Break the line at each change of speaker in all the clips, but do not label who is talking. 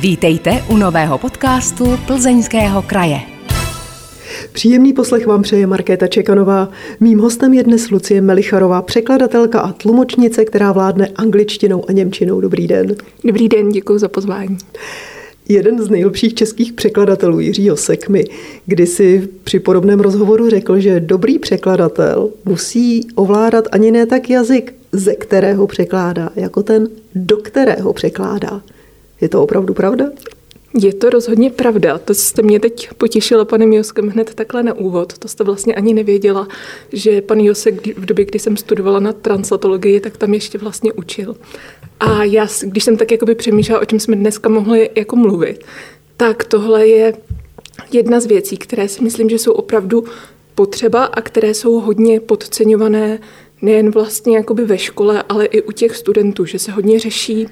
Vítejte u nového podcastu Plzeňského kraje.
Příjemný poslech vám přeje Markéta Čekanová. Mým hostem je dnes Lucie Melicharová, překladatelka a tlumočnice, která vládne angličtinou a němčinou. Dobrý den.
Dobrý den, děkuji za pozvání.
Jeden z nejlepších českých překladatelů, Jiří Osek, mi kdysi při podobném rozhovoru řekl, že dobrý překladatel musí ovládat ani ne tak jazyk, ze kterého překládá, jako ten, do kterého překládá. Je to opravdu pravda?
Je to rozhodně pravda. To jste mě teď potěšila panem Joskem hned takhle na úvod. To jste vlastně ani nevěděla, že pan Josek v době, kdy jsem studovala na translatologii, tak tam ještě vlastně učil. A já, když jsem tak jakoby přemýšlela, o čem jsme dneska mohli jako mluvit, tak tohle je jedna z věcí, které si myslím, že jsou opravdu potřeba a které jsou hodně podceňované nejen vlastně jakoby ve škole, ale i u těch studentů, že se hodně řeší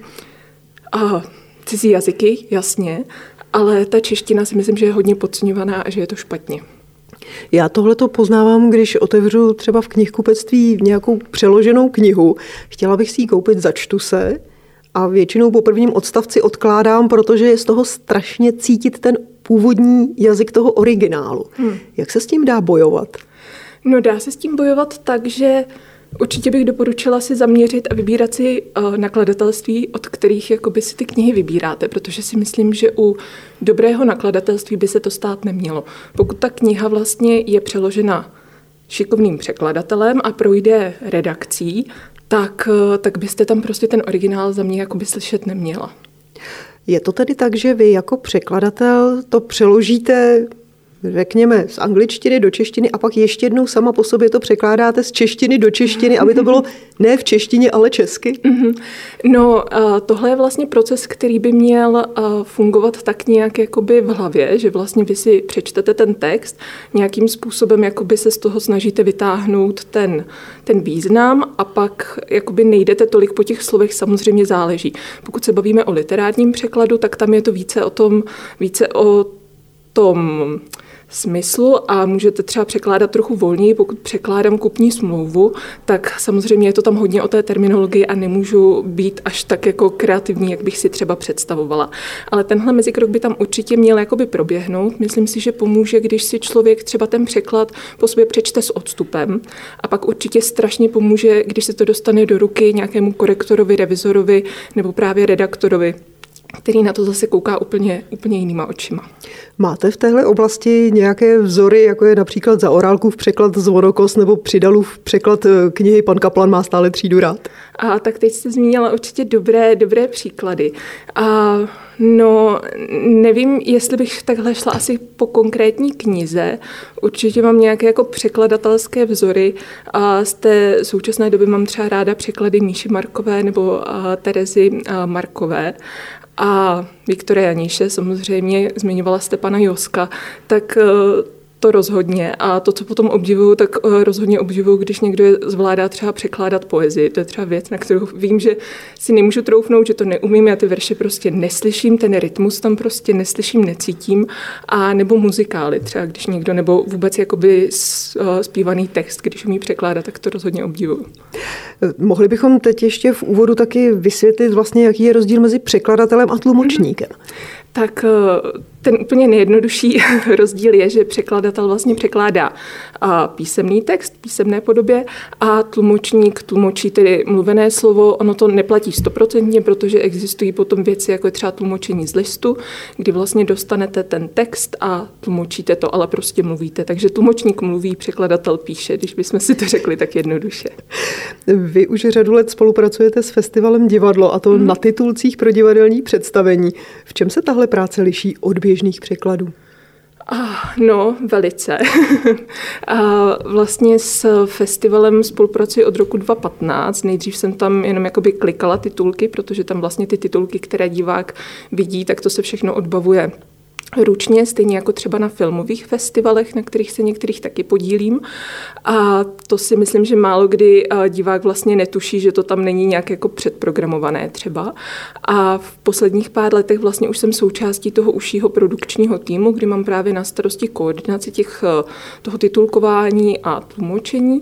cizí jazyky, jasně, ale ta čeština si myslím, že je hodně podceňovaná a že je to špatně.
Já tohleto poznávám, když otevřu třeba v knihkupectví nějakou přeloženou knihu. Chtěla bych si ji koupit, začtu se a většinou po prvním odstavci odkládám, protože je z toho strašně cítit ten původní jazyk toho originálu. Jak se s tím dá bojovat?
No, dá se s tím bojovat tak, že určitě bych doporučila si zaměřit a vybírat si nakladatelství, od kterých jakoby si ty knihy vybíráte, protože si myslím, že u dobrého nakladatelství by se to stát nemělo. Pokud ta kniha vlastně je přeložena šikovným překladatelem a projde redakcí, tak byste tam prostě ten originál za mě jakoby slyšet neměla.
Je to tedy tak, že vy jako překladatel to přeložíte, řekněme, z angličtiny do češtiny a pak ještě jednou sama po sobě to překládáte z češtiny do češtiny, aby to bylo ne v češtině, ale česky?
No, tohle je vlastně proces, který by měl fungovat tak nějak jakoby v hlavě, že vlastně vy si přečtete ten text, nějakým způsobem jakoby se z toho snažíte vytáhnout ten význam a pak jakoby nejdete tolik po těch slovech, samozřejmě záleží. Pokud se bavíme o literárním překladu, tak tam je to více o tom smyslu a můžete třeba překládat trochu volněji. Pokud překládám kupní smlouvu, tak samozřejmě je to tam hodně o té terminologii a nemůžu být až tak jako kreativní, jak bych si třeba představovala. Ale tenhle mezikrok by tam určitě měl jakoby proběhnout. Myslím si, že pomůže, když si člověk třeba ten překlad po sobě přečte s odstupem a pak určitě strašně pomůže, když se to dostane do ruky nějakému korektorovi, revizorovi nebo právě redaktorovi, který na to zase kouká úplně jinýma očima.
Máte v téhle oblasti nějaké vzory, jako je například Zaorálkův překlad Zvonokos nebo Přidalův překlad knihy Pan Kaplan má stále třídu rád?
A tak teď jste zmínila určitě dobré příklady. No, nevím, jestli bych takhle šla asi po konkrétní knize. Určitě mám nějaké jako překladatelské vzory a z té současné doby mám třeba ráda překlady Míši Markové nebo Terezy Markové. A Viktoria Janíše, samozřejmě zmiňovala jste pana Joska, tak to rozhodně. A to, co potom obdivuju, tak rozhodně obdivuju, když někdo zvládá třeba překládat poezii. To je třeba věc, na kterou vím, že si nemůžu troufnout, že to neumím, já ty verše prostě neslyším, ten rytmus tam prostě neslyším, necítím. A nebo muzikály třeba, když někdo, nebo vůbec jakoby zpívaný text, když umí překládat, tak to rozhodně obdivuju.
Mohli bychom teď ještě v úvodu taky vysvětlit vlastně, jaký je rozdíl mezi překladatelem a tlumočníkem.
Tak ten úplně nejjednodušší rozdíl je, že překladatel vlastně překládá písemný text v písemné podobě a tlumočník tlumočí tedy mluvené slovo. Ono to neplatí 100%, protože existují potom věci, jako je třeba tlumočení z listu, kdy vlastně dostanete ten text a tlumočíte to, ale prostě mluvíte. Takže tlumočník mluví, překladatel píše, když bychom si to řekli tak jednoduše.
Vy už řadu let spolupracujete s festivalem Divadlo, a to na titulcích pro divadelní představení. V čem se tahle práce liší od běžných překladů?
No, velice. Vlastně s festivalem spolupracuji od roku 2015. Nejdřív jsem tam jenom jakoby klikala titulky, protože tam vlastně ty titulky, které divák vidí, tak to se všechno odbavuje ručně, stejně jako třeba na filmových festivalech, na kterých se některých taky podílím. A to si myslím, že málo kdy divák vlastně netuší, že to tam není nějak jako předprogramované třeba. A v posledních pár letech vlastně už jsem součástí toho užšího produkčního týmu, kdy mám právě na starosti koordinaci toho titulkování a tlumočení.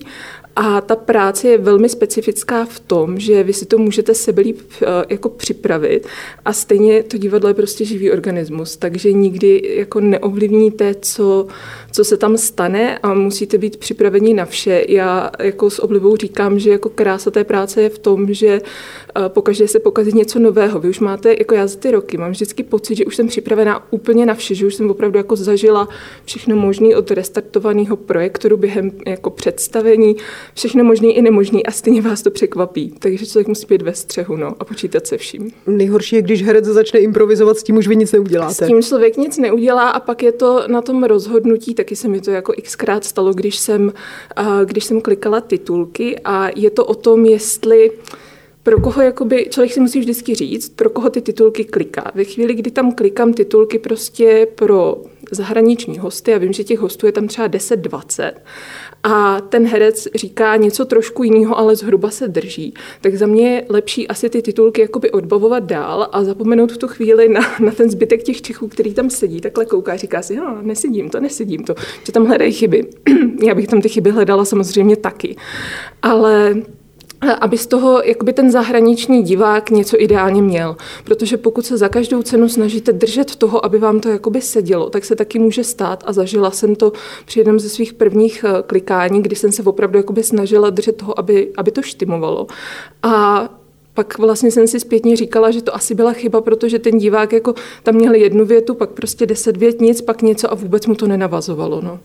A ta práce je velmi specifická v tom, že vy si to můžete sebelíp jako připravit a stejně to divadlo je prostě živý organismus, takže nikdy jako neovlivníte, co se tam stane a musíte být připraveni na vše. Já jako s oblibou říkám, že jako krása té práce je v tom, že pokaždé se pokazí něco nového. Vy už máte, jako já za ty roky, mám vždycky pocit, že už jsem připravená úplně na vše, že už jsem opravdu jako zažila všechno možné od restartovaného projektoru během jako představení, všechno možný i nemožný a stejně vás to překvapí. Takže člověk musí být ve střehu, no, a počítat se vším.
Nejhorší je, když herec začne improvizovat, s tím už vy nic neuděláte.
S tím člověk nic neudělá a pak je to na tom rozhodnutí, taky se mi to jako xkrát stalo, když jsem klikala titulky a je to o tom, jestli pro koho jakoby, člověk si musí vždycky říct, pro koho ty titulky kliká. Ve chvíli, kdy tam klikám titulky prostě pro zahraniční hosty, a vím, že těch hostů je tam třeba 10-20, a ten herec říká něco trošku jiného, ale zhruba se drží, tak za mě je lepší asi ty titulky jakoby odbavovat dál a zapomenout v tu chvíli na ten zbytek těch Čechů, který tam sedí, takhle kouká, říká si, no, nesedím to, že tam hledají chyby. Já bych tam ty chyby hledala samozřejmě taky, ale aby z toho jakoby ten zahraniční divák něco ideálně měl. Protože pokud se za každou cenu snažíte držet toho, aby vám to jakoby sedělo, tak se taky může stát, a zažila jsem to při jednom ze svých prvních klikání, kdy jsem se opravdu jakoby snažila držet toho, aby to štimovalo. A pak vlastně jsem si zpětně říkala, že to asi byla chyba, protože ten divák jako tam měl jednu větu, pak prostě 10 vět, nic, pak něco a vůbec mu to nenavazovalo. No.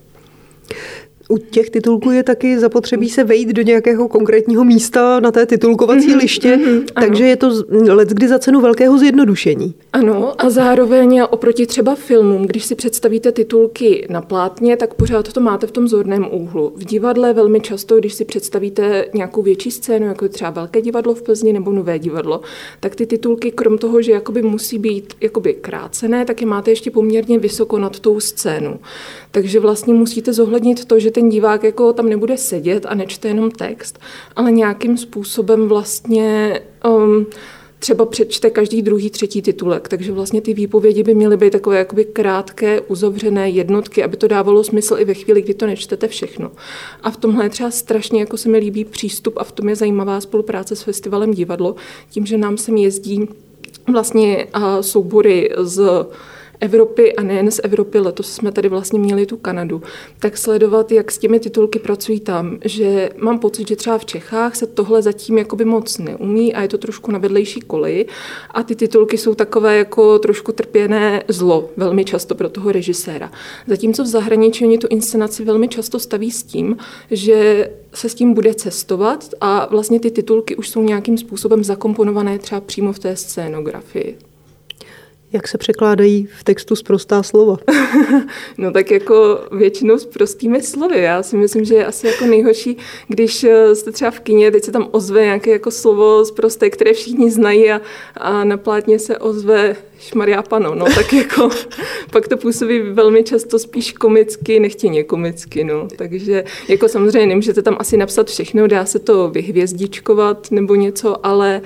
U těch titulků je taky zapotřebí se vejít do nějakého konkrétního místa na té titulkovací liště, takže je to leckdy za cenu velkého zjednodušení.
Ano, a zároveň oproti třeba filmům, když si představíte titulky na plátně, tak pořád to máte v tom zorném úhlu. V divadle velmi často, když si představíte nějakou větší scénu, jako třeba Velké divadlo v Plzni nebo Nové divadlo, tak ty titulky, krom toho, že jakoby musí být jakoby krácené, tak je máte ještě poměrně vysoko nad tou scénu. Takže vlastně musíte zohlednit to, že ten divák jako tam nebude sedět a nečte jenom text, ale nějakým způsobem vlastně třeba přečte každý druhý, třetí titulek. Takže vlastně ty výpovědi by měly být takové jakoby krátké, uzavřené jednotky, aby to dávalo smysl i ve chvíli, kdy to nečtete všechno. A v tomhle je třeba strašně jako se mi líbí přístup a v tom je zajímavá spolupráce s Festivalem divadlo, tím, že nám sem jezdí vlastně soubory z Evropy a nejen z Evropy, letos jsme tady vlastně měli tu Kanadu, tak sledovat, jak s těmi titulky pracují tam, že mám pocit, že třeba v Čechách se tohle zatím jakoby moc neumí a je to trošku na vedlejší koleji a ty titulky jsou takové jako trošku trpěné zlo, velmi často pro toho režiséra. Zatímco v zahraničí oni tu inscenaci velmi často staví s tím, že se s tím bude cestovat a vlastně ty titulky už jsou nějakým způsobem zakomponované třeba přímo v té scénografii.
Jak se překládají v textu sprostá slova?
No tak jako většinou s prostými slovy. Já si myslím, že je asi jako nejhorší, když jste třeba v kině, teď se tam ozve nějaké jako slovo sprosté, které všichni znají a na plátně se ozve šmarja pano, no tak jako pak to působí velmi často spíš komicky, nechtěně komicky, no. Takže jako samozřejmě nemůžete tam asi napsat všechno, dá se to vyhvězdičkovat nebo něco, ale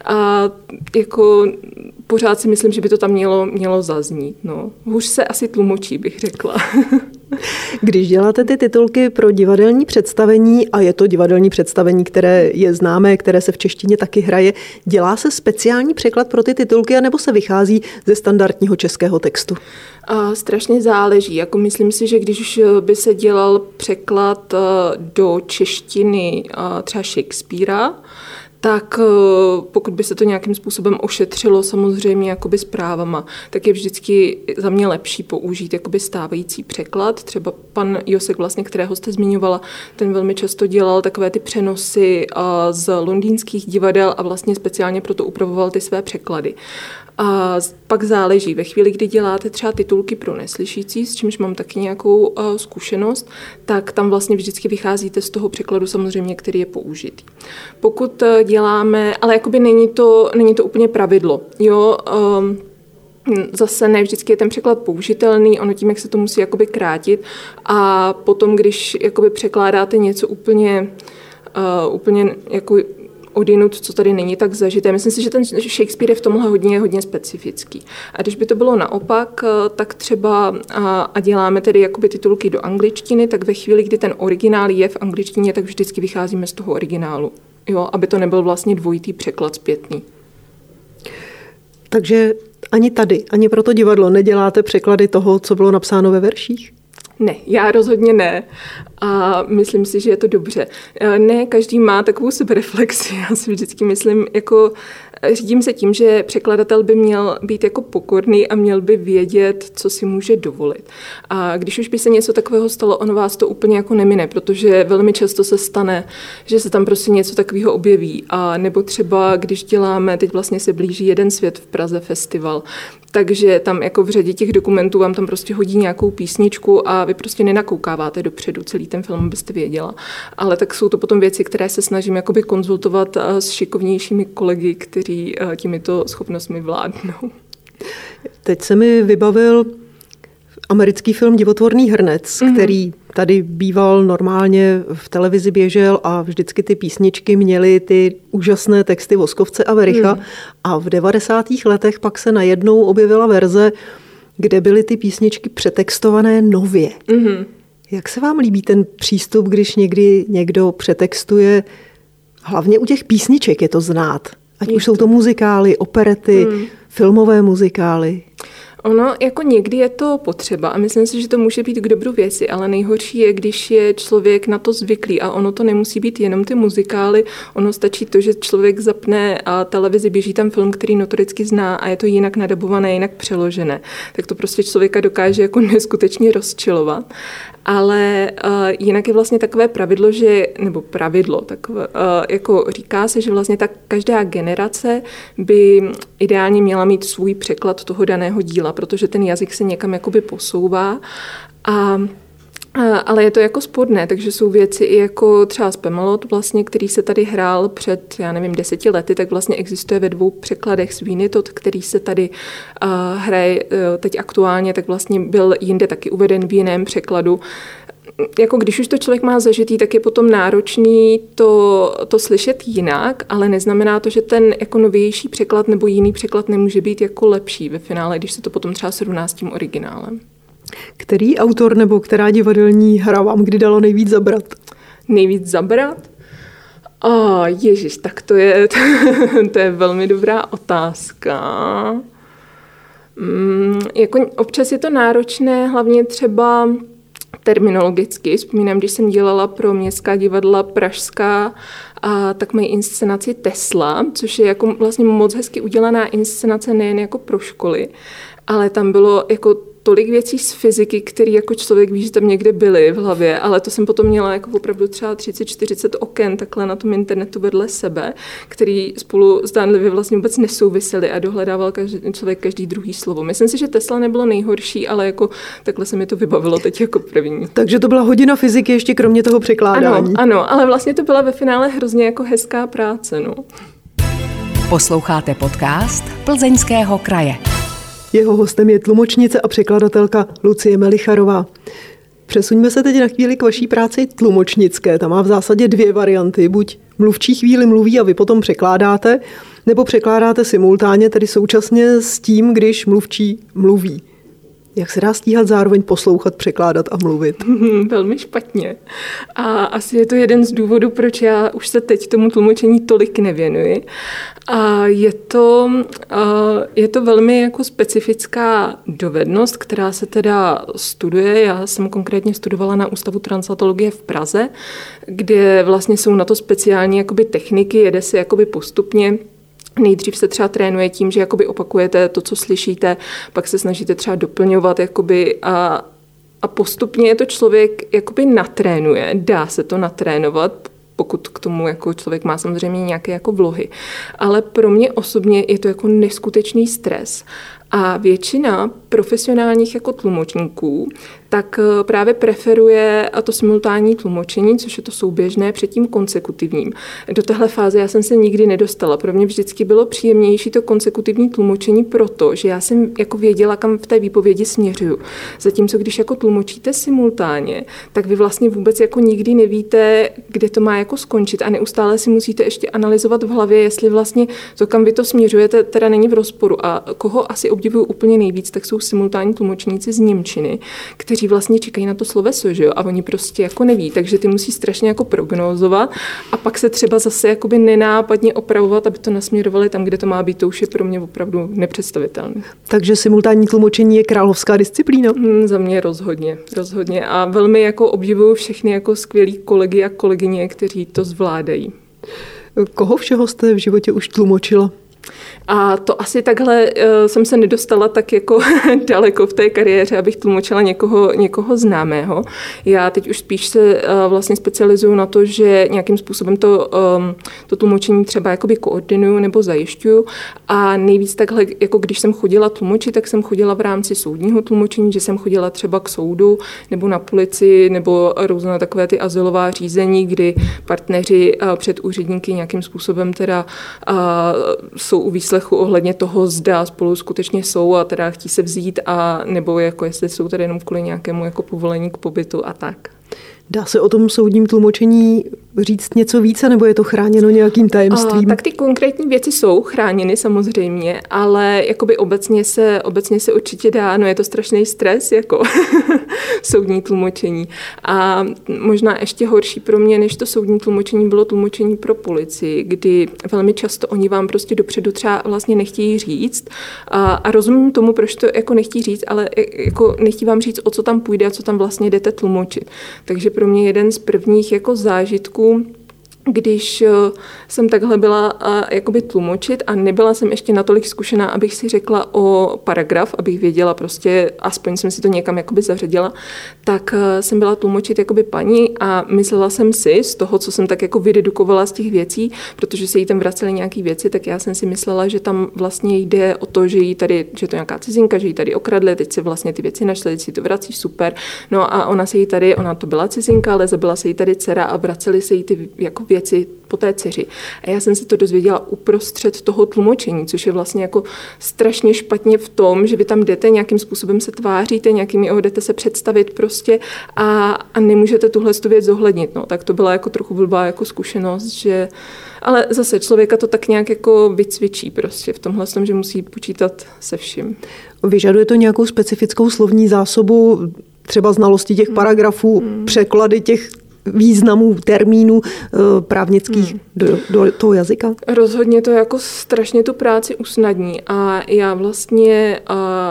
jako pořád si myslím, že by to tam mělo zaznít, no. Hůř se asi tlumočí, bych řekla.
Když děláte ty titulky pro divadelní představení, a je to divadelní představení, které je známé, které se v češtině taky hraje, dělá se speciální překlad pro ty titulky, anebo se vychází ze standardního českého textu?
Strašně záleží. Jako myslím si, že když by se dělal překlad do češtiny třeba Shakespearea, tak pokud by se to nějakým způsobem ošetřilo samozřejmě jakoby s právama, tak je vždycky za mě lepší použít jakoby stávající překlad. Třeba pan Josek, vlastně, kterého jste zmiňovala, ten velmi často dělal takové ty přenosy z londýnských divadel a vlastně speciálně proto upravoval ty své překlady. A pak záleží. Ve chvíli, kdy děláte třeba titulky pro neslyšící, s čímž mám taky nějakou zkušenost, tak tam vlastně vždycky vycházíte z toho překladu samozřejmě, který je použitý. Pokud děláme, ale jakoby není to úplně pravidlo, jo, zase ne vždycky je ten překlad použitelný, ono tím, jak se to musí jakoby krátit a potom, když jakoby překládáte něco úplně jako odinut, co tady není tak zažité. Myslím si, že ten Shakespeare je v tomhle hodně specifický. A když by to bylo naopak, tak třeba a děláme tedy jakoby titulky do angličtiny, tak ve chvíli, kdy ten originál je v angličtině, tak vždycky vycházíme z toho originálu. Jo, aby to nebyl vlastně dvojitý překlad zpětný.
Takže ani tady, ani pro to divadlo neděláte překlady toho, co bylo napsáno ve verších?
Ne, já rozhodně ne. A myslím si, že je to dobře. Ne, každý má takovou sebereflexi. Já si vždycky myslím, jako řídím se tím, že překladatel by měl být jako pokorný a měl by vědět, co si může dovolit. A když už by se něco takového stalo, ono vás to úplně jako nemine, protože velmi často se stane, že se tam prostě něco takového objeví. A nebo třeba, když děláme, teď vlastně se blíží Jeden svět v Praze festival, takže tam jako v řadě těch dokumentů vám tam prostě hodí nějakou písničku a vy prostě nenakoukáváte dopředu celý ten film, abyste věděla. Ale tak jsou to potom věci, které se snažím jakoby konzultovat s šikovnějšími kolegy, kteří těmito schopnostmi vládnou.
Teď se mi vybavil americký film Divotvorný hrnec, který tady býval normálně v televizi běžel a vždycky ty písničky měly ty úžasné texty Voskovce a Vericha. A v 90. letech pak se najednou objevila verze, kde byly ty písničky přetextované nově. Jak se vám líbí ten přístup, když někdy někdo přetextuje? Hlavně u těch písniček je to znát. Ať už jsou to muzikály, operety, filmové muzikály.
Ono jako někdy je to potřeba a myslím si, že to může být k dobru věci, ale nejhorší je, když je člověk na to zvyklý a ono to nemusí být jenom ty muzikály, ono stačí to, že člověk zapne a televizi, běží tam film, který notoricky zná a je to jinak nadabované, jinak přeložené. Tak to prostě člověka dokáže jako neskutečně rozčilovat. Ale jinak je vlastně takové pravidlo, jako říká se, že vlastně tak každá generace by ideálně měla mít svůj překlad toho daného díla, protože ten jazyk se někam jakoby posouvá ale je to jako sporné, takže jsou věci i jako třeba Spamalot, vlastně, který se tady hrál před, 10 lety, tak vlastně existuje ve 2 překladech. Sweeney-Todd, který se tady hraje teď aktuálně, tak vlastně byl jinde taky uveden v jiném překladu. Jako když už to člověk má zažitý, tak je potom náročný to slyšet jinak, ale neznamená to, že ten jako novější překlad nebo jiný překlad nemůže být jako lepší ve finále, když se to potom třeba srovná s tím originálem.
Který autor nebo která divadelní hra vám kdy dalo nejvíc zabrat?
Nejvíc zabrat? Ježiš, tak to je velmi dobrá otázka. Jako občas je to náročné, hlavně třeba terminologicky. Vzpomínám, když jsem dělala pro Městská divadla pražská, tak mají inscenaci Tesla, což je jako vlastně moc hezky udělaná inscenace nejen jako pro školy, ale tam bylo jako tolik věcí z fyziky, které jako člověk ví, že tam někde byly v hlavě, ale to jsem potom měla jako opravdu třeba 30-40 oken takhle na tom internetu vedle sebe, který spolu zdánlivě vlastně vůbec nesouvisely a dohledával člověk každý druhý slovo. Myslím si, že Tesla nebylo nejhorší, ale jako takhle se mi to vybavilo teď jako první.
Takže to byla hodina fyziky ještě kromě toho překládání.
Ano, ale vlastně to byla ve finále hrozně jako hezká práce. No.
Posloucháte podcast Plzeňského kraje.
Jeho hostem je tlumočnice a překladatelka Lucie Melicharová. Přesuňme se teď na chvíli k vaší práci tlumočnické. Ta má v zásadě 2 varianty. Buď mluvčí chvíli mluví a vy potom překládáte, nebo překládáte simultánně, tedy současně s tím, když mluvčí mluví. Jak se dá stíhat zároveň poslouchat, překládat a mluvit?
Velmi špatně. A asi je to jeden z důvodů, proč já už se teď tomu tlumočení tolik nevěnuji. A je to velmi jako specifická dovednost, která se teda studuje. Já jsem konkrétně studovala na Ústavu translatologie v Praze, kde vlastně jsou na to speciální jakoby techniky, jede se jakoby postupně. Nejdřív se třeba trénuje tím, že jakoby opakujete to, co slyšíte, pak se snažíte třeba doplňovat jakoby a postupně to člověk jakoby natrénuje. Dá se to natrénovat, pokud k tomu jako člověk má samozřejmě nějaké jako vlohy. Ale pro mě osobně je to jako neskutečný stres. A většina profesionálních jako tlumočníků tak právě preferuje to simultánní tlumočení, což je to souběžné před tím konsekutivním. Do téhle fáze já jsem se nikdy nedostala. Pro mě vždycky bylo příjemnější to konsekutivní tlumočení, protože já jsem jako věděla, kam v té výpovědi směřuju. Zatímco když jako tlumočíte simultánně, tak vy vlastně vůbec jako nikdy nevíte, kde to má jako skončit a neustále si musíte ještě analyzovat v hlavě, jestli vlastně to, kam vy to směřujete, teda není v rozporu. A koho asi obdivuju úplně nejvíc, tak jsou simultánní tlumočníci z němčiny, kteří vlastně čekají na to sloveso, že jo, a oni prostě jako neví, takže ty musí strašně jako prognózovat a pak se třeba zase jakoby nenápadně opravovat, aby to nasměrovali tam, kde to má být. To už je pro mě opravdu nepředstavitelné.
Takže simultánní tlumočení je královská disciplína?
Za mě rozhodně a velmi jako obdivuju všechny jako skvělý kolegy a kolegyně, kteří to zvládají.
Koho všeho jste v životě už tlumočila?
A to asi takhle jsem se nedostala tak jako daleko v té kariéře, abych tlumočila někoho známého. Já teď už spíš se vlastně specializuju na to, že nějakým způsobem to tlumočení třeba jakoby koordinuju nebo zajišťuju. A nejvíc takhle, jako když jsem chodila tlumočit, tak jsem chodila v rámci soudního tlumočení, že jsem chodila třeba k soudu nebo na policii nebo různé takové ty azylová řízení, kdy partneři před úředníky nějakým způsobem teda jsou u výslechu ohledně toho, zda spolu skutečně jsou a teda chtí se vzít a nebo jako jestli jsou tady jenom kvůli nějakému jako povolení k pobytu a tak.
Dá se o tom soudním tlumočení říct něco více, nebo je to chráněno nějakým tajemstvím?
Tak ty konkrétní věci jsou chráněny samozřejmě, ale jakoby obecně se určitě dá, no je to strašný stres, jako soudní tlumočení. A možná ještě horší pro mě, než to soudní tlumočení, bylo tlumočení pro policii, kdy velmi často oni vám prostě dopředu třeba vlastně nechtějí říct a rozumím tomu, proč to jako nechtějí říct, ale jako nechtějí vám říct, o co tam půjde a co tam vlastně jdete tlumočit. Takže pro mě jeden z prvních jako zážitků, když jsem takhle byla jakoby tlumočit a nebyla jsem ještě natolik zkušená, abych si řekla o paragraf, abych věděla prostě, aspoň jsem si to někam jakoby zařadila, tak jsem byla tlumočit jakoby paní a myslela jsem si z toho, co jsem tak jako vydedukovala z těch věcí, protože se jí tam vracely nějaké věci, tak já jsem si myslela, že tam vlastně jde o to, že jí tady, že to je nějaká cizinka, že jí tady okradli, teď si vlastně ty věci našli, teď si to vrací, super. No a ona to byla cizinka, ale zabila se jí tady dcera a vracely se jí ty jako věci po té dceři. A já jsem se to dozvěděla uprostřed toho tlumočení, což je vlastně jako strašně špatně v tom, že vy tam jdete, nějakým způsobem se tváříte, jdete se představit prostě a nemůžete tuhle věc zohlednit. No, tak to byla jako trochu blbá jako zkušenost, že ale zase člověka to tak nějak jako vycvičí prostě v tomhle tom, že musí počítat se vším. Vyžaduje
to nějakou specifickou slovní zásobu, třeba znalosti těch paragrafů, překlady těch významů, termínů právnických do toho jazyka?
Rozhodně to jako strašně tu práci usnadní a já vlastně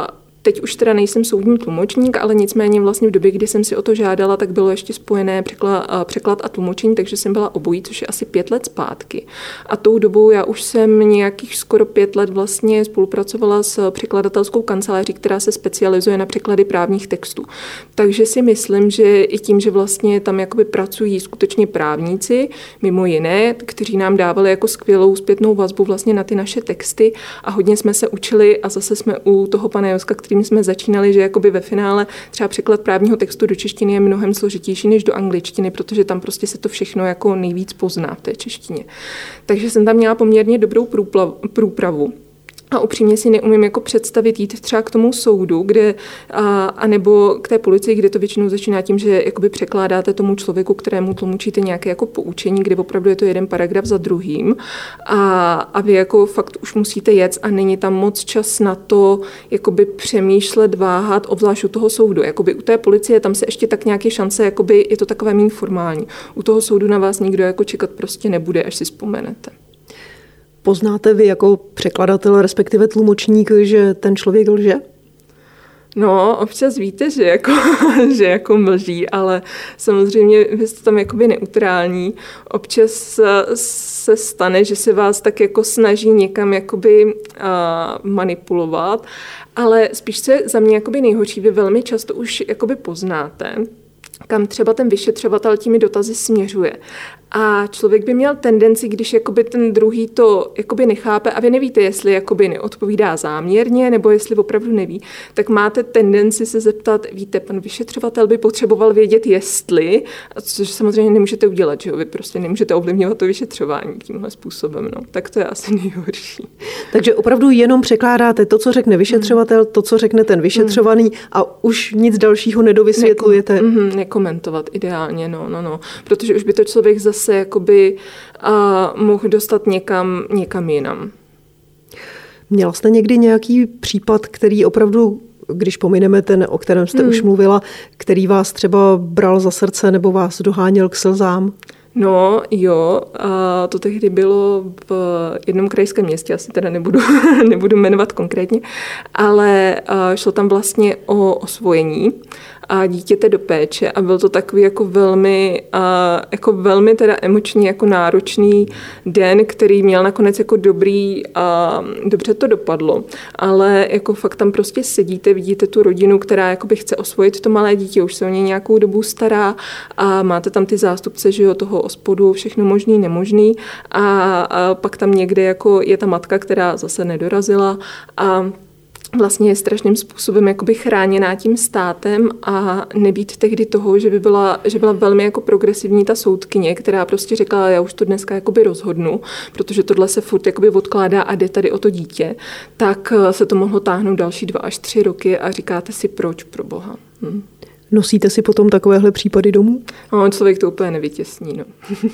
teď už teda nejsem soudní tlumočník, ale nicméně vlastně v době, kdy jsem si o to žádala, tak bylo ještě spojené překlad a tlumočení, takže jsem byla obojí, což je asi 5 let zpátky. A tou dobou já už jsem nějakých skoro 5 let vlastně spolupracovala s překladatelskou kanceláří, která se specializuje na překlady právních textů. Takže si myslím, že i tím, že vlastně tam jakoby pracují skutečně právníci, mimo jiné, kteří nám dávali jako skvělou zpětnou vazbu vlastně na ty naše texty a hodně jsme se učili a zase jsme u toho pana Joska, kterým jsme začínali, že jakoby ve finále třeba překlad právního textu do češtiny je mnohem složitější než do angličtiny, protože tam prostě se to všechno jako nejvíc pozná v té češtině. Takže jsem tam měla poměrně dobrou průpravu. A upřímně si neumím jako představit jít třeba k tomu soudu, kde, a nebo k té policii, kde to většinou začíná tím, že jakoby překládáte tomu člověku, kterému tlumočíte nějaké jako poučení, kde opravdu je to jeden paragraf za druhým a vy jako fakt už musíte jet a není tam moc čas na to jakoby přemýšlet, váhat, obzvlášť u toho soudu. Jakoby u té policie tam se ještě tak nějaké šance, jakoby je to takové méně formální. U toho soudu na vás nikdo jako čekat prostě nebude, až si vzpomenete.
Poznáte vy jako překladatel, respektive tlumočník, že ten člověk lže?
No, občas víte, že jako mlží, ale samozřejmě vy jste tam jakoby neutrální. Občas se stane, že se vás tak jako snaží někam jakoby manipulovat, ale spíš se za mě jakoby nejhorší, vy velmi často už jakoby poznáte, kam třeba ten vyšetřovatel těmi dotazy směřuje. A člověk by měl tendenci, když jakoby ten druhý to jakoby nechápe a vy nevíte, jestli jakoby neodpovídá záměrně nebo jestli opravdu neví, tak máte tendenci se zeptat, víte, pan vyšetřovatel by potřeboval vědět, jestli, což samozřejmě nemůžete udělat, že jo? Vy prostě nemůžete ovlivňovat to vyšetřování tímhle způsobem. No. Tak to je asi nejhorší.
Takže opravdu jenom překládáte to, co řekne vyšetřovatel, to, co řekne ten vyšetřovaný a už nic dalšího nedovysvětlujete.
Nekomentovat ideálně, no. Protože už by to člověk zase jakoby mohl dostat někam jinam.
Měla jste někdy nějaký případ, který opravdu, když pomineme ten, o kterém jste už mluvila, který vás třeba bral za srdce nebo vás doháněl k slzám?
No jo, to tehdy bylo v jednom krajském městě, asi teda nebudu jmenovat konkrétně, ale šlo tam vlastně o osvojení a dítěte do péče a byl to takový jako velmi teda emočně jako náročný den, který měl nakonec jako dobře to dopadlo, ale jako fakt tam prostě sedíte, vidíte tu rodinu, která jakoby chce osvojit to malé dítě, už se o ně nějakou dobu stará a máte tam ty zástupce, že jo, toho OSPODu, všechno možný, nemožný a pak tam někde jako je ta matka, která zase nedorazila a vlastně je strašným způsobem jakoby chráněná tím státem a nebýt tehdy toho, že byla velmi jako progresivní ta soudkyně, která prostě řekla, já už to dneska jakoby rozhodnu, protože tohle se furt jakoby odkládá a jde tady o to dítě, tak se to mohlo táhnout další 2 až 3 roky a říkáte si, proč pro boha.
Nosíte si potom takovéhle případy domů?
No, člověk to úplně nevytěsní, no.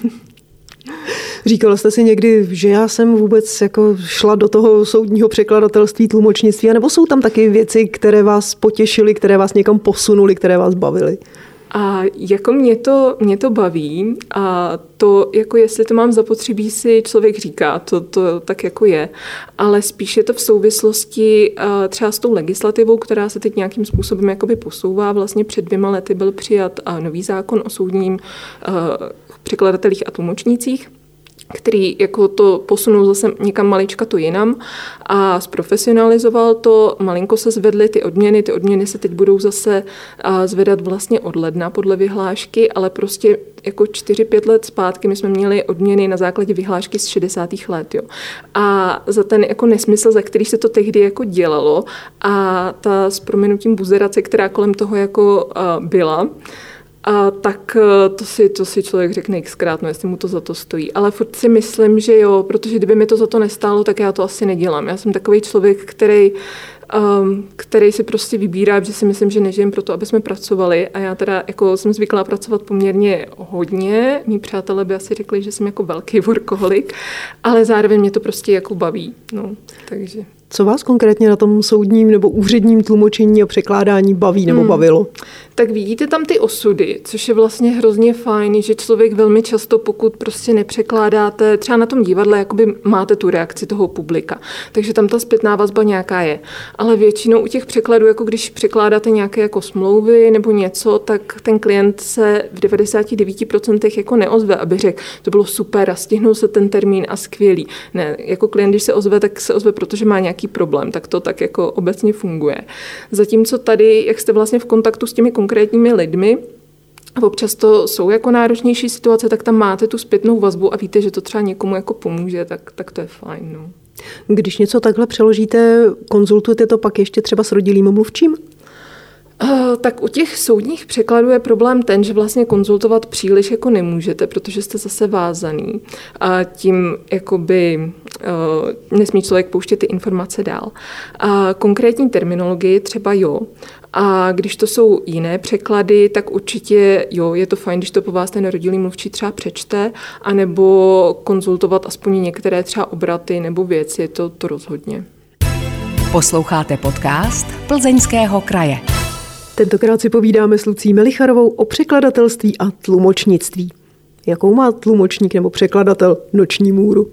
Říkala jste si někdy, že já jsem vůbec jako šla do toho soudního překladatelství, tlumočnictví, anebo jsou tam taky věci, které vás potěšily, které vás někam posunuly, které vás bavily?
A jako mě to baví a to, jako jestli to mám zapotřebí, si člověk říká, to tak jako je, ale spíš je to v souvislosti třeba s tou legislativou, která se teď nějakým způsobem jakoby posouvá. Vlastně před 2 lety byl přijat nový zákon o soudním překladatelích a tlumočnících, který jako to posunul zase někam malička to jinam a zprofesionalizoval to, malinko se zvedly ty odměny se teď budou zase zvedat vlastně od ledna podle vyhlášky, ale prostě jako 4-5 let zpátky my jsme měli odměny na základě vyhlášky z 60. let. Jo. A za ten jako nesmysl, za který se to tehdy jako dělalo a ta s prominutím buzerace, která kolem toho jako byla, a tak to si člověk řekne xkrát, no jestli mu to za to stojí. Ale furt si myslím, že jo, protože kdyby mi to za to nestálo, tak já to asi nedělám. Já jsem takový člověk, který si prostě vybírá, že si myslím, že nežijem proto, aby jsme pracovali. A já teda jako jsem zvyklá pracovat poměrně hodně. Mí přátelé by asi řekli, že jsem jako velký workoholik, ale zároveň mě to prostě jako baví. No, takže.
Co vás konkrétně na tom soudním nebo úředním tlumočení a překládání baví nebo bavilo?
Tak vidíte tam ty osudy, což je vlastně hrozně fajn, že člověk velmi často, pokud prostě nepřekládáte, třeba na tom divadle, jakoby máte tu reakci toho publika. Takže tam ta zpětná vazba nějaká je. Ale většinou u těch překladů, jako když překládáte nějaké jako smlouvy nebo něco, tak ten klient se v 99% jako neozve, aby řekl, to bylo super a stihnul se ten termín a skvělý. Ne, jako klient, když se ozve, tak se ozve, protože má nějaký problém, tak to tak jako obecně funguje. Zatímco tady, jak jste vlastně v kontaktu s těmi konkrétními lidmi, a občas to jsou jako náročnější situace, tak tam máte tu zpětnou vazbu a víte, že to třeba někomu jako pomůže, tak to je fajn. No.
Když něco takhle přeložíte, konzultujete to pak ještě třeba s rodilým mluvčím?
Tak u těch soudních překladů je problém ten, že vlastně konzultovat příliš jako nemůžete, protože jste zase vázaný a tím jakoby nesmí člověk pouštět ty informace dál. A konkrétní terminologii třeba jo. A když to jsou jiné překlady, tak určitě jo, je to fajn, když to po vás ten rodilý mluvčí třeba přečte, anebo konzultovat aspoň některé třeba obraty nebo věci, to rozhodně.
Posloucháte podcast Plzeňského kraje.
Tentokrát si povídáme s Lucí Melicharovou o překladatelství a tlumočnictví. Jakou má tlumočník nebo překladatel noční můru?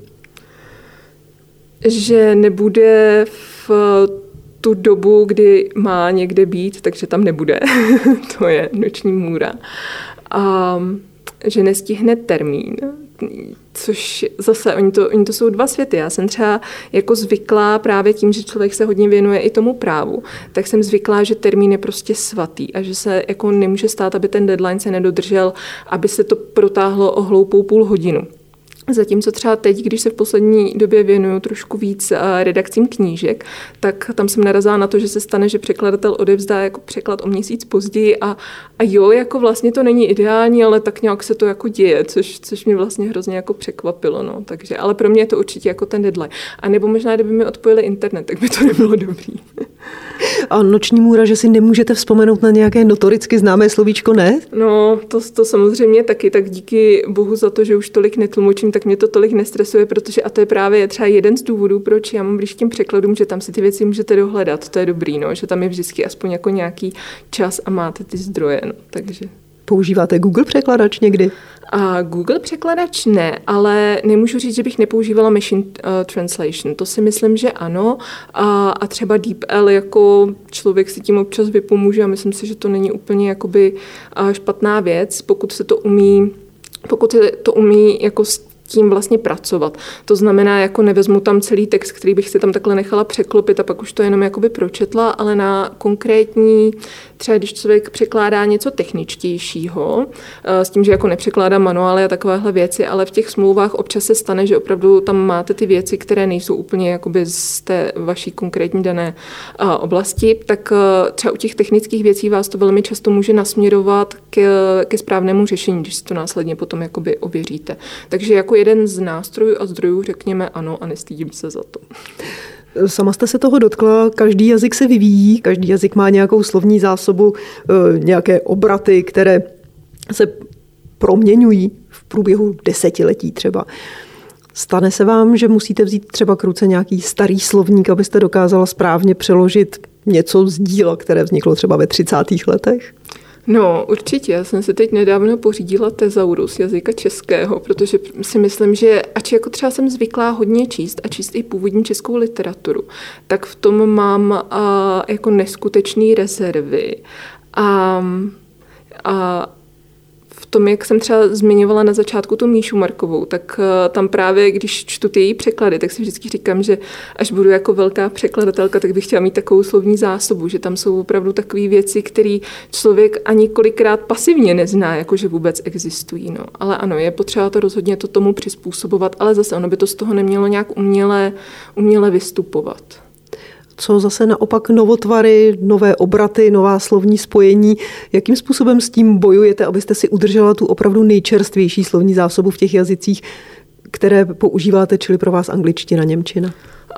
Že nebude v tu dobu, kdy má někde být, takže tam nebude. To je noční můra. A že nestihne termín. což zase, oni to jsou dva světy. Já jsem třeba jako zvyklá právě tím, že člověk se hodně věnuje i tomu právu, tak jsem zvyklá, že termín je prostě svatý a že se jako nemůže stát, aby ten deadline se nedodržel, aby se to protáhlo o hloupou půl hodinu. Zatímco třeba teď, když se v poslední době věnuju trošku víc redakcím knížek, tak tam jsem narazila na to, že se stane, že překladatel odevzdá jako překlad o měsíc později a jo, jako vlastně to není ideální, ale tak nějak se to jako děje, což mě vlastně hrozně jako překvapilo, no. Takže, ale pro mě je to určitě jako ten deadline. A nebo možná, kdyby mi odpojili internet, tak by to nebylo dobrý.
A noční můra, že si nemůžete vzpomenout na nějaké notoricky známé slovíčko, ne?
No, to samozřejmě taky, tak díky bohu za to, že už tolik netlumočím, tak mě to tolik nestresuje, protože, a to je právě třeba jeden z důvodů, proč já mám blíž k těm překladům, že tam si ty věci můžete dohledat, to je dobrý, no, že tam je vždycky aspoň jako nějaký čas a máte ty zdroje, no, takže.
Používáte Google překladač někdy?
A Google překladač ne, ale nemůžu říct, že bych nepoužívala Machine Translation. To si myslím, že ano. A třeba DeepL jako člověk si tím občas vypomůže a myslím si, že to není úplně jakoby špatná věc, pokud se to umí jako tím vlastně pracovat. To znamená, jako nevezmu tam celý text, který bych si tam takhle nechala překlopit a pak už to jenom jakoby pročetla, ale na konkrétní, třeba když člověk překládá něco techničtějšího, s tím, že jako nepřekládá manuály a takovéhle věci, ale v těch smlouvách občas se stane, že opravdu tam máte ty věci, které nejsou úplně jakoby z té vaší konkrétní dané oblasti, tak třeba u těch technických věcí vás to velmi často může nasměrovat ke správnému řešení, když si to následně potom jakoby ověříte. Takže jako jeden z nástrojů a zdrojů řekněme ano a nestydím se za to.
Sama jste se toho dotkla, každý jazyk se vyvíjí, každý jazyk má nějakou slovní zásobu, nějaké obraty, které se proměňují v průběhu desetiletí třeba. Stane se vám, že musíte vzít třeba k ruce nějaký starý slovník, abyste dokázala správně přeložit něco z díla, které vzniklo třeba ve 30. letech?
No, určitě. Já jsem se teď nedávno pořídila tezaurus jazyka českého, protože si myslím, že ač jako třeba jsem zvyklá hodně číst a číst i původní českou literaturu, tak v tom mám jako neskutečné rezervy. A v tom, jak jsem třeba zmiňovala na začátku tu Míšu Markovou, tak tam právě, když čtu ty její překlady, tak si vždycky říkám, že až budu jako velká překladatelka, tak bych chtěla mít takovou slovní zásobu, že tam jsou opravdu takové věci, které člověk ani kolikrát pasivně nezná, jakože vůbec existují. No. Ale ano, je potřeba to rozhodně to tomu přizpůsobovat, ale zase ono by to z toho nemělo nějak uměle vystupovat.
Co zase naopak novotvary, nové obraty, nová slovní spojení. Jakým způsobem s tím bojujete, abyste si udržela tu opravdu nejčerstvější slovní zásobu v těch jazycích, které používáte, čili pro vás angličtina, němčina?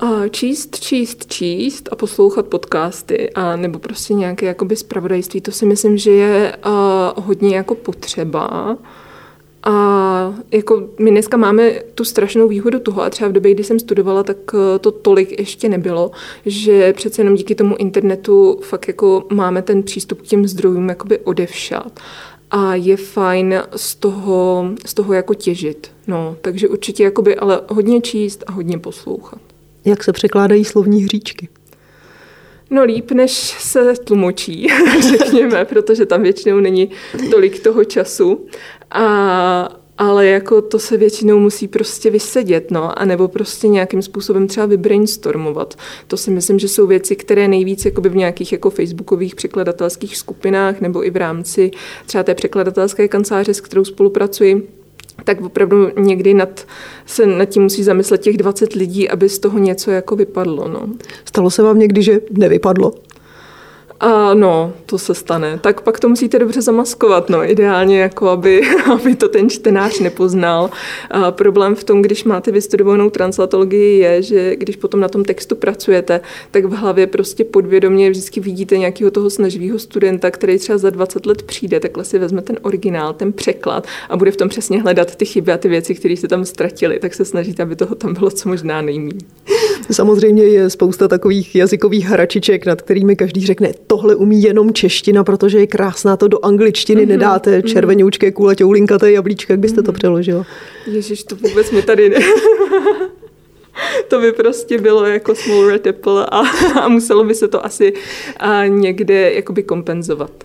Číst a poslouchat podcasty a nebo prostě nějaké jakoby zpravodajství. To si myslím, že je hodně jako potřeba. A jako my dneska máme tu strašnou výhodu toho, a třeba v době, kdy jsem studovala, tak to tolik ještě nebylo, že přece jenom díky tomu internetu fakt jako máme ten přístup k těm zdrojům jakoby odevšad. A je fajn z toho jako těžit. No, takže určitě jakoby, ale hodně číst a hodně poslouchat. Jak se překládají slovní hříčky? No líp, než se tlumočí, řekněme, protože tam většinou není tolik toho času. Ale jako to se většinou musí prostě vysedět, no, anebo prostě nějakým způsobem třeba vybrainstormovat. To si myslím, že jsou věci, které nejvíc jakoby v nějakých jako facebookových překladatelských skupinách nebo i v rámci třeba té překladatelské kanceláře, s kterou spolupracuji, tak opravdu někdy se nad tím musí zamyslet těch 20 lidí, aby z toho něco jako vypadlo. No. Stalo se vám někdy, že nevypadlo? No, to se stane. Tak pak to musíte dobře zamaskovat, no, ideálně, jako aby to ten čtenář nepoznal. Problém v tom, když máte vystudovanou translatologii, je, že když potom na tom textu pracujete, tak v hlavě prostě podvědomě vždycky vidíte nějakého toho snaživého studenta, který třeba za 20 let přijde, takhle si vezme ten originál, ten překlad a bude v tom přesně hledat ty chyby a ty věci, které se tam ztratily, tak se snažíte, aby toho tam bylo co možná nejméně. Samozřejmě je spousta takových jazykových hračiček, nad kterými každý řekne, tohle umí jenom čeština, protože je krásná, to do angličtiny nedáte, červenoučké, kulaťoulinkaté jablíčka, jak byste to přeložila? Ježiš, to vůbec mi tady ne. To by prostě bylo jako small red apple a muselo by se to asi někde jakoby kompenzovat.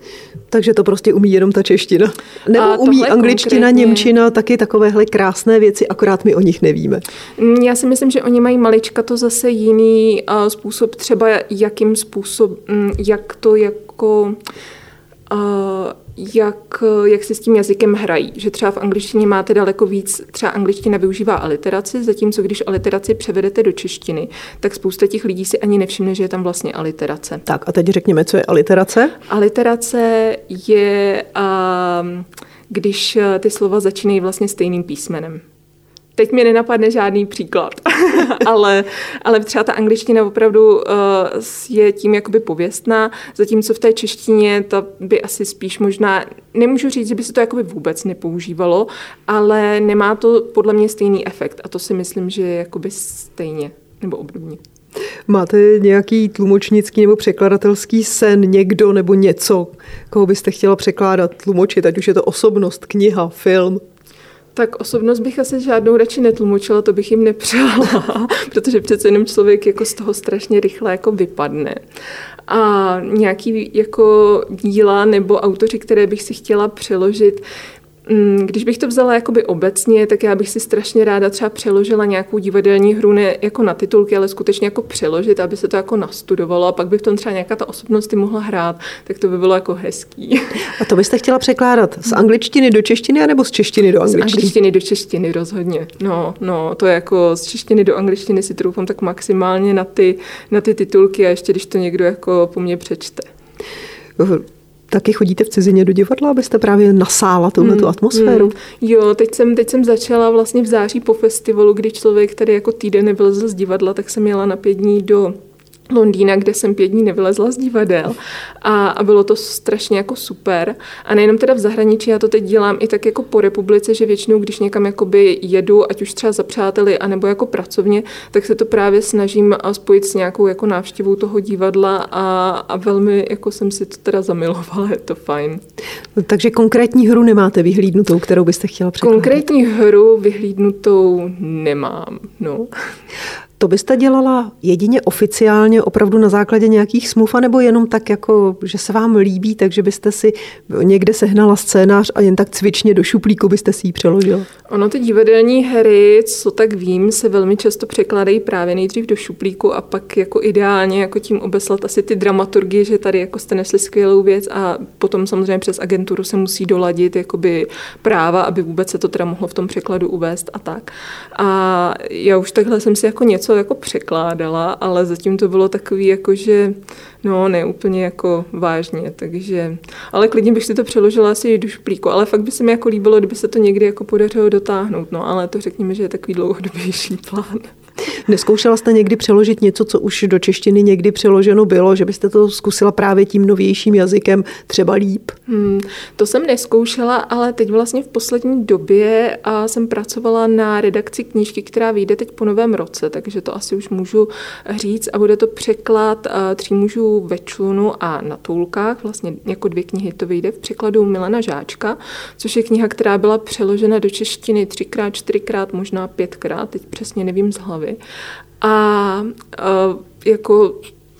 Takže to prostě umí jenom ta čeština. Nebo umí angličtina,
konkrétně...
němčina, taky takovéhle krásné věci, akorát my o nich nevíme.
Já si myslím, že oni mají malička to zase jiný způsob, třeba jakým způsob, jak to jako... Jak si s tím jazykem hrají. Že třeba v angličtině máte daleko víc, třeba angličtina využívá aliteraci, zatímco když aliteraci převedete do češtiny, tak spousta těch lidí si ani nevšimne, že je tam vlastně aliterace.
Tak a teď řekněme, co je aliterace? Aliterace
je, když ty slova začínají vlastně stejným písmenem. Teď mi nenapadne žádný příklad, ale třeba ta angličtina opravdu je tím jakoby pověstná, zatímco v té češtině ta by asi spíš možná, nemůžu říct, že by se to jakoby vůbec nepoužívalo, ale nemá to podle mě stejný efekt a to si myslím, že je jakoby stejně nebo obdobně.
Máte nějaký tlumočnický nebo překladatelský sen, někdo nebo něco, koho byste chtěla překládat, tlumočit, ať už je to osobnost, kniha, film?
Tak osobnost bych asi žádnou radši netlumočila, to bych jim nepřála, protože přece jenom člověk jako z toho strašně rychle jako vypadne. A nějaký jako díla nebo autoři, které bych si chtěla přeložit, když bych to vzala jakoby obecně, tak já bych si strašně ráda třeba přeložila nějakou divadelní hru ne jako na titulky, ale skutečně jako přeložit, aby se to jako nastudovalo a pak bych v tom třeba nějaká ta osobnost mohla hrát, tak to by bylo jako hezký.
A to byste chtěla překládat z angličtiny do češtiny nebo z češtiny do angličtiny?
Z angličtiny do češtiny rozhodně. No, to je jako z češtiny do angličtiny si troufám tak maximálně na ty titulky a ještě když to někdo jako po mně přečte.
Taky chodíte v cizině do divadla, abyste právě nasála tuhletu atmosféru?
Jo, teď jsem začala vlastně v září po festivalu, kdy člověk tady jako týden nevylezl z divadla, tak jsem jela na 5 dní do Londýna, kde jsem 5 dní nevylezla z divadel a bylo to strašně jako super. A nejenom teda v zahraničí, já to teď dělám i tak jako po republice, že většinou, když někam jakoby jedu, ať už třeba za přáteli, anebo jako pracovně, tak se to právě snažím spojit s nějakou jako návštěvou toho divadla a velmi jako jsem si to teda zamilovala, je to fajn.
Takže konkrétní hru nemáte vyhlídnutou, kterou byste chtěla překládat?
Konkrétní hru vyhlídnutou nemám, no.
To byste dělala jedině oficiálně, opravdu na základě nějakých smluv, nebo jenom tak, jako, že se vám líbí, takže byste si někde sehnala scénář a jen tak cvičně do šuplíku byste si ji přeložila?
Ono, ty divadelní hry, co tak vím, se velmi často překládají právě nejdřív do šuplíku a pak jako ideálně jako tím obeslat asi ty dramaturgy, že tady jako jste nesli skvělou věc a potom samozřejmě přes agenturu se musí doladit jakoby práva, aby vůbec se to teda mohlo v tom překladu uvést a tak. A já už takhle jsem si jako něco jako překládala, ale zatím to bylo takový jako, že no, ne úplně jako vážně, takže, ale klidně bych si to přeložila asi do šuplíku, ale fakt by se mi jako líbilo, kdyby se to někdy jako podařilo dotáhnout, no, ale to řekněme, že je takový dlouhodobější plán.
Neskoušela jste někdy přeložit něco, co už do češtiny někdy přeloženo bylo, že byste to zkusila právě tím novějším jazykem třeba líp?
To jsem neskoušela, ale teď vlastně v poslední době jsem pracovala na redakci knížky, která vyjde teď po novém roce, takže to asi už můžu říct a bude to překlad 3 mužů ve člunu a na toulkách, vlastně jako 2 knihy to vyjde v překladu Milana Žáčka, což je kniha, která byla přeložena do češtiny 3x, 4x, možná 5x, teď přesně nevím z hlavy. A jako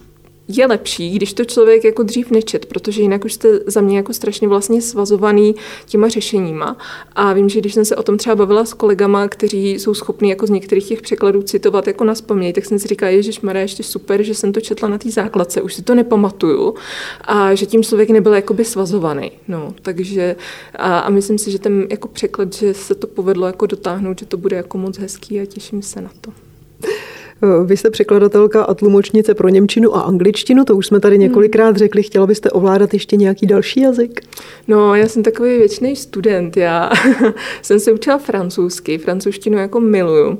je lepší, když to člověk jako dřív nečet, protože jinak už jste za mě jako strašně vlastně svazovaný těma řešeníma. A vím, že když jsem se o tom třeba bavila s kolegama, kteří jsou schopní jako z některých těch překladů citovat jako nazpaměť, tak jsem si říkala, ježišmarja, ještě super, že jsem to četla na té základce, už si to nepamatuju a že tím člověk nebyl jakoby svazovaný. No, takže a myslím si, že ten jako překlad, že se to povedlo jako dotáhnout, že to bude jako moc hezký a těším se na to.
Vy jste překladatelka a tlumočnice pro němčinu a angličtinu, to už jsme tady několikrát řekli. Chtěla byste ovládat ještě nějaký další jazyk? No, já jsem takový věčný student. Já jsem se učila francouzsky, francouzštinu jako miluju.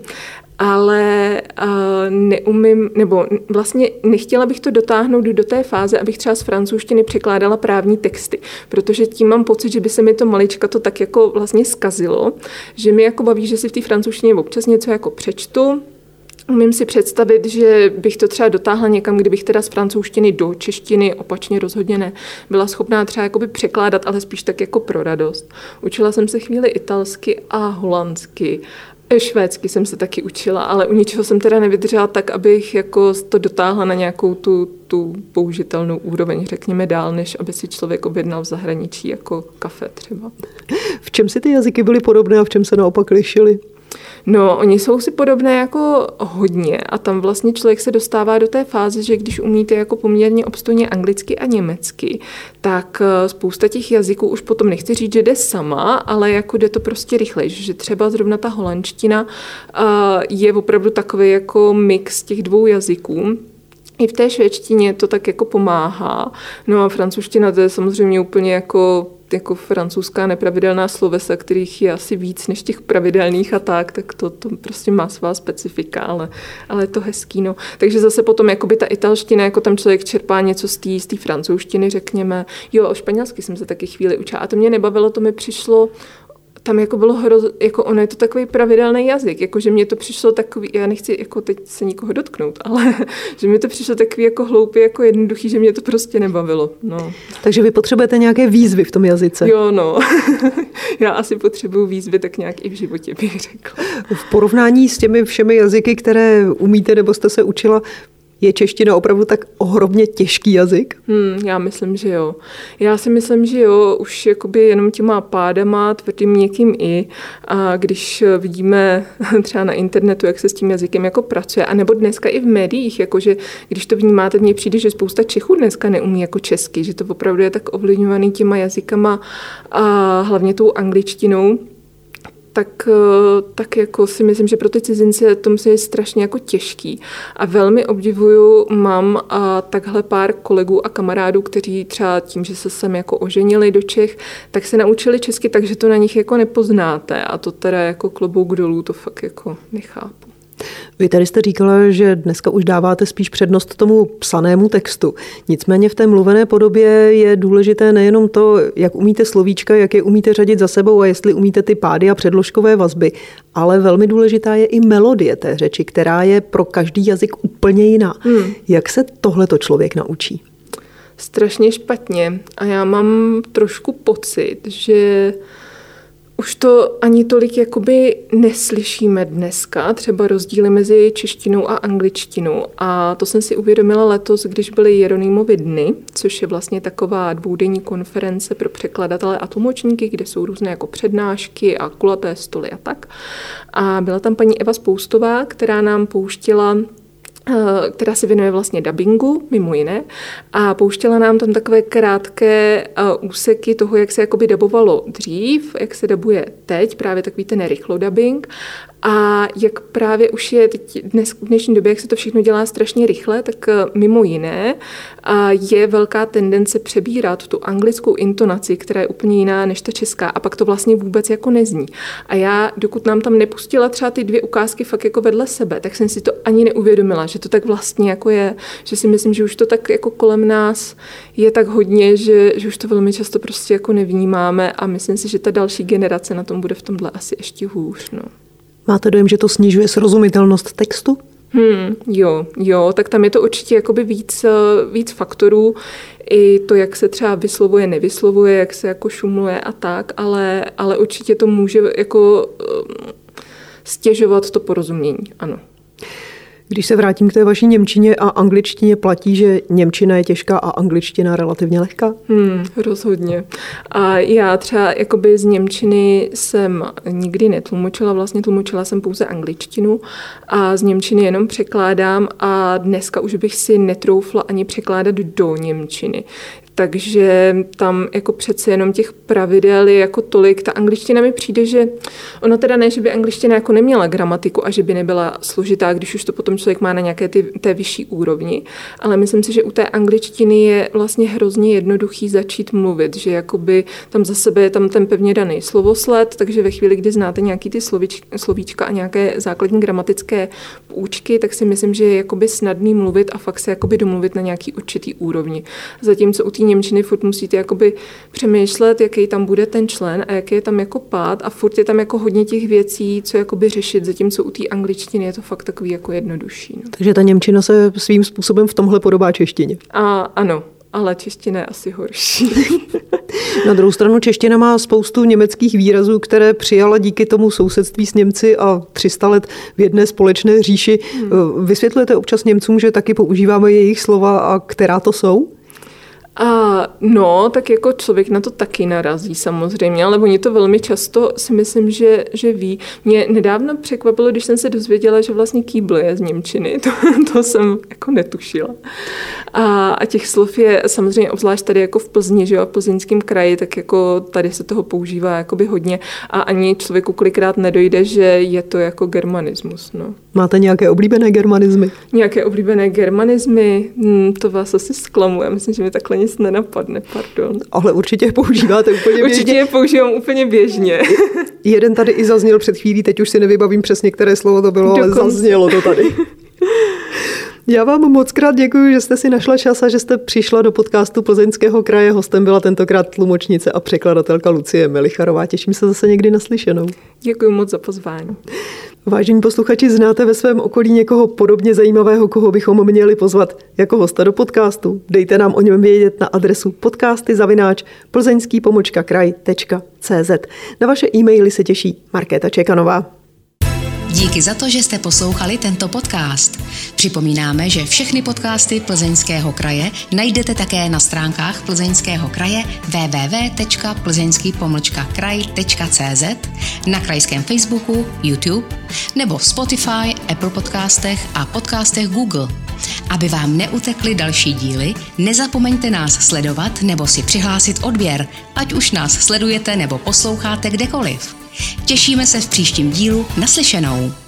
Ale neumím, nebo vlastně nechtěla bych to dotáhnout do té fáze, abych třeba z francouzštiny překládala právní texty, protože tím mám pocit, že by se mi to malička to tak jako vlastně zkazilo, že mi jako baví, že si v té francouzštině občas něco jako přečtu. Umím si představit, že bych to třeba dotáhla někam, kdybych teda z francouzštiny do češtiny, opačně rozhodně ne, byla schopná třeba jakoby překládat, ale spíš tak jako pro radost. Učila jsem se chvíli italsky a holandsky
Švédsky jsem se taky učila, ale u ničeho jsem teda nevydržela tak, abych jako to dotáhla na nějakou tu použitelnou úroveň, řekněme dál, než aby si člověk objednal v zahraničí jako kafe třeba.
V čem si ty jazyky byly podobné a v čem se naopak lišily?
No, oni jsou si podobné jako hodně a tam vlastně člověk se dostává do té fáze, že když umíte jako poměrně obstojně anglicky a německy, tak spousta těch jazyků už potom nechci říct, že jde sama, ale jako jde to prostě rychleji, že třeba zrovna ta holandština je opravdu takový jako mix těch dvou jazyků. I v té švédštině to tak jako pomáhá. No a francouzština to je samozřejmě úplně jako francouzská nepravidelná slovesa, kterých je asi víc než těch pravidelných a tak to prostě má svá specifika, ale je to hezký. No. Takže zase potom jakoby ta italština, jako tam člověk čerpá něco z té francouzštiny, řekněme. Jo, o španělsky jsem se taky chvíli učila a to mě nebavilo, to mi přišlo tam jako bylo jako ono je to takový pravidelný jazyk, jako že mě to přišlo takový, já nechci jako teď se nikoho dotknout, ale že mi to přišlo takový jako hloupý, jako jednoduchý, že mě to prostě nebavilo. No.
Takže vy potřebujete nějaké výzvy v tom jazyce?
Jo, no. Já asi potřebuju výzvy tak nějak i v životě, bych řekla.
V porovnání s těmi všemi jazyky, které umíte nebo jste se učila, je čeština opravdu tak ohromně těžký jazyk?
Já myslím, že jo. Já si myslím, že jo, už jakoby jenom těma pádama, tvrdým měkkým i. A když vidíme třeba na internetu, jak se s tím jazykem jako pracuje, anebo dneska i v médiích, jakože když to vnímáte, mně přijde, že spousta Čechů dneska neumí jako česky, že to opravdu je tak ovlivňovaný těma jazykama a hlavně tou angličtinou. Tak jako si myslím, že pro ty cizince to musí je strašně jako těžký. A velmi obdivuju, mám takhle pár kolegů a kamarádů, kteří třeba tím, že se sem jako oženili do Čech, tak se naučili česky, takže to na nich jako nepoznáte. A to teda jako klobouk dolů, to fakt jako nechápu.
Vy tady jste říkala, že dneska už dáváte spíš přednost tomu psanému textu. Nicméně v té mluvené podobě je důležité nejenom to, jak umíte slovíčka, jak je umíte řadit za sebou a jestli umíte ty pády a předložkové vazby, ale velmi důležitá je i melodie té řeči, která je pro každý jazyk úplně jiná. Jak se tohleto člověk naučí?
Strašně špatně. A já mám trošku pocit, že už to ani tolik jakoby neslyšíme dneska, třeba rozdíly mezi češtinou a angličtinou. A to jsem si uvědomila letos, když byly Jeronýmovy dny, což je vlastně taková dvoudenní konference pro překladatele a tlumočníky, kde jsou různé jako přednášky a kulaté stoly a tak. A byla tam paní Eva Spoustová, která nám pouštěla, která se věnuje vlastně dabingu, mimo jiné, a pouštěla nám tam takové krátké úseky toho, jak se jakoby dabovalo dřív, jak se dabuje teď, právě takový ten rychlodabing, a jak právě už je teď v dnešní době, jak se to všechno dělá strašně rychle, tak mimo jiné je velká tendence přebírat tu anglickou intonaci, která je úplně jiná než ta česká, a pak to vlastně vůbec jako nezní. A já, dokud nám tam nepustila třeba ty dvě ukázky fakt jako vedle sebe, tak jsem si to ani neuvědomila, že to tak vlastně jako je, že si myslím, že už to tak jako kolem nás je tak hodně, že už to velmi často prostě jako nevnímáme a myslím si, že ta další generace na tom bude v tomhle asi ještě hůř, no.
Máte dojem, že to snižuje srozumitelnost textu?
Jo, tak tam je to určitě jakoby víc faktorů, i to, jak se třeba vyslovuje, nevyslovuje, jak se jako šumluje a tak, ale určitě to může jako stěžovat to porozumění, ano.
Když se vrátím k té vaší němčině a angličtině, platí, že němčina je těžká a angličtina relativně lehká?
Rozhodně. A já třeba jakoby z němčiny jsem nikdy netlumočila, vlastně tlumočila jsem pouze angličtinu a z němčiny jenom překládám a dneska už bych si netroufla ani překládat do němčiny. Takže tam jako přece jenom těch pravidel je jako tolik. Ta angličtina mi přijde, že ono teda ne, že by angličtina jako neměla gramatiku a že by nebyla složitá, když už to potom člověk má na nějaké té vyšší úrovni, ale myslím si, že u té angličtiny je vlastně hrozně jednoduchý začít mluvit, že jakoby tam za sebe je tam ten pevně daný slovosled, takže ve chvíli, kdy znáte nějaký ty slovíčka a nějaké základní gramatické poučky, tak si myslím, že je jakoby snadný mluvit a fakt se jakoby domluvit na nějaký určitý úrovni. Zatímco u té němčiny furt musíte jakoby přemýšlet, jaký tam bude ten člen a jaký je tam jako pád a furt je tam jako hodně těch věcí, co jakoby řešit, zatímco u té angličtiny je to fakt takový jako jednodušší. No.
Takže ta němčina se svým způsobem v tomhle podobá češtině.
Ano, ale čeština je asi horší.
Na druhou stranu čeština má spoustu německých výrazů, které přijala díky tomu sousedství s Němci a 300 let v jedné společné říši. Vysvětlujete občas Němcům, že taky používáme jejich slova a která to jsou?
No, tak jako člověk na to taky narazí samozřejmě, ale oni to velmi často si myslím, že ví. Mě nedávno překvapilo, když jsem se dozvěděla, že vlastně kýbl je z němčiny, to jsem jako netušila. A těch slov je samozřejmě obzvlášť tady jako v Plzni, že jo, v Plzeňském kraji, tak jako tady se toho používá jakoby hodně a ani člověku kolikrát nedojde, že je to jako germanismus, no.
Máte nějaké oblíbené germanizmy?
Nějaké oblíbené germanizmy? To vás asi zklamu, já myslím, že mi takhle nic nenapadne, pardon.
Ale určitě je používáte úplně běžně.
Určitě je používám úplně běžně.
Jeden tady i zazněl před chvílí, teď už si nevybavím přesně, které slovo to bylo, ale zaznělo to tady. Já vám moc krát děkuji, že jste si našla čas a že jste přišla do podcastu Plzeňského kraje. Hostem byla tentokrát tlumočnice a překladatelka Lucie Melicharová. Těším se zase někdy naslyšenou.
Děkuji moc za pozvání.
Vážení posluchači, znáte ve svém okolí někoho podobně zajímavého, koho bychom měli pozvat jako hosta do podcastu? Dejte nám o něm vědět na adresu podcasty@plzeňský-kraj.cz. Na vaše e-maily se těší Markéta Čekanová.
Díky za to, že jste poslouchali tento podcast. Připomínáme, že všechny podcasty Plzeňského kraje najdete také na stránkách Plzeňského kraje www.plzeňský-kraj.cz, na krajském Facebooku, YouTube nebo v Spotify, Apple podcastech a podcastech Google. Aby vám neutekly další díly, nezapomeňte nás sledovat nebo si přihlásit odběr, ať už nás sledujete nebo posloucháte kdekoliv. Těšíme se v příštím dílu. Naslyšenou.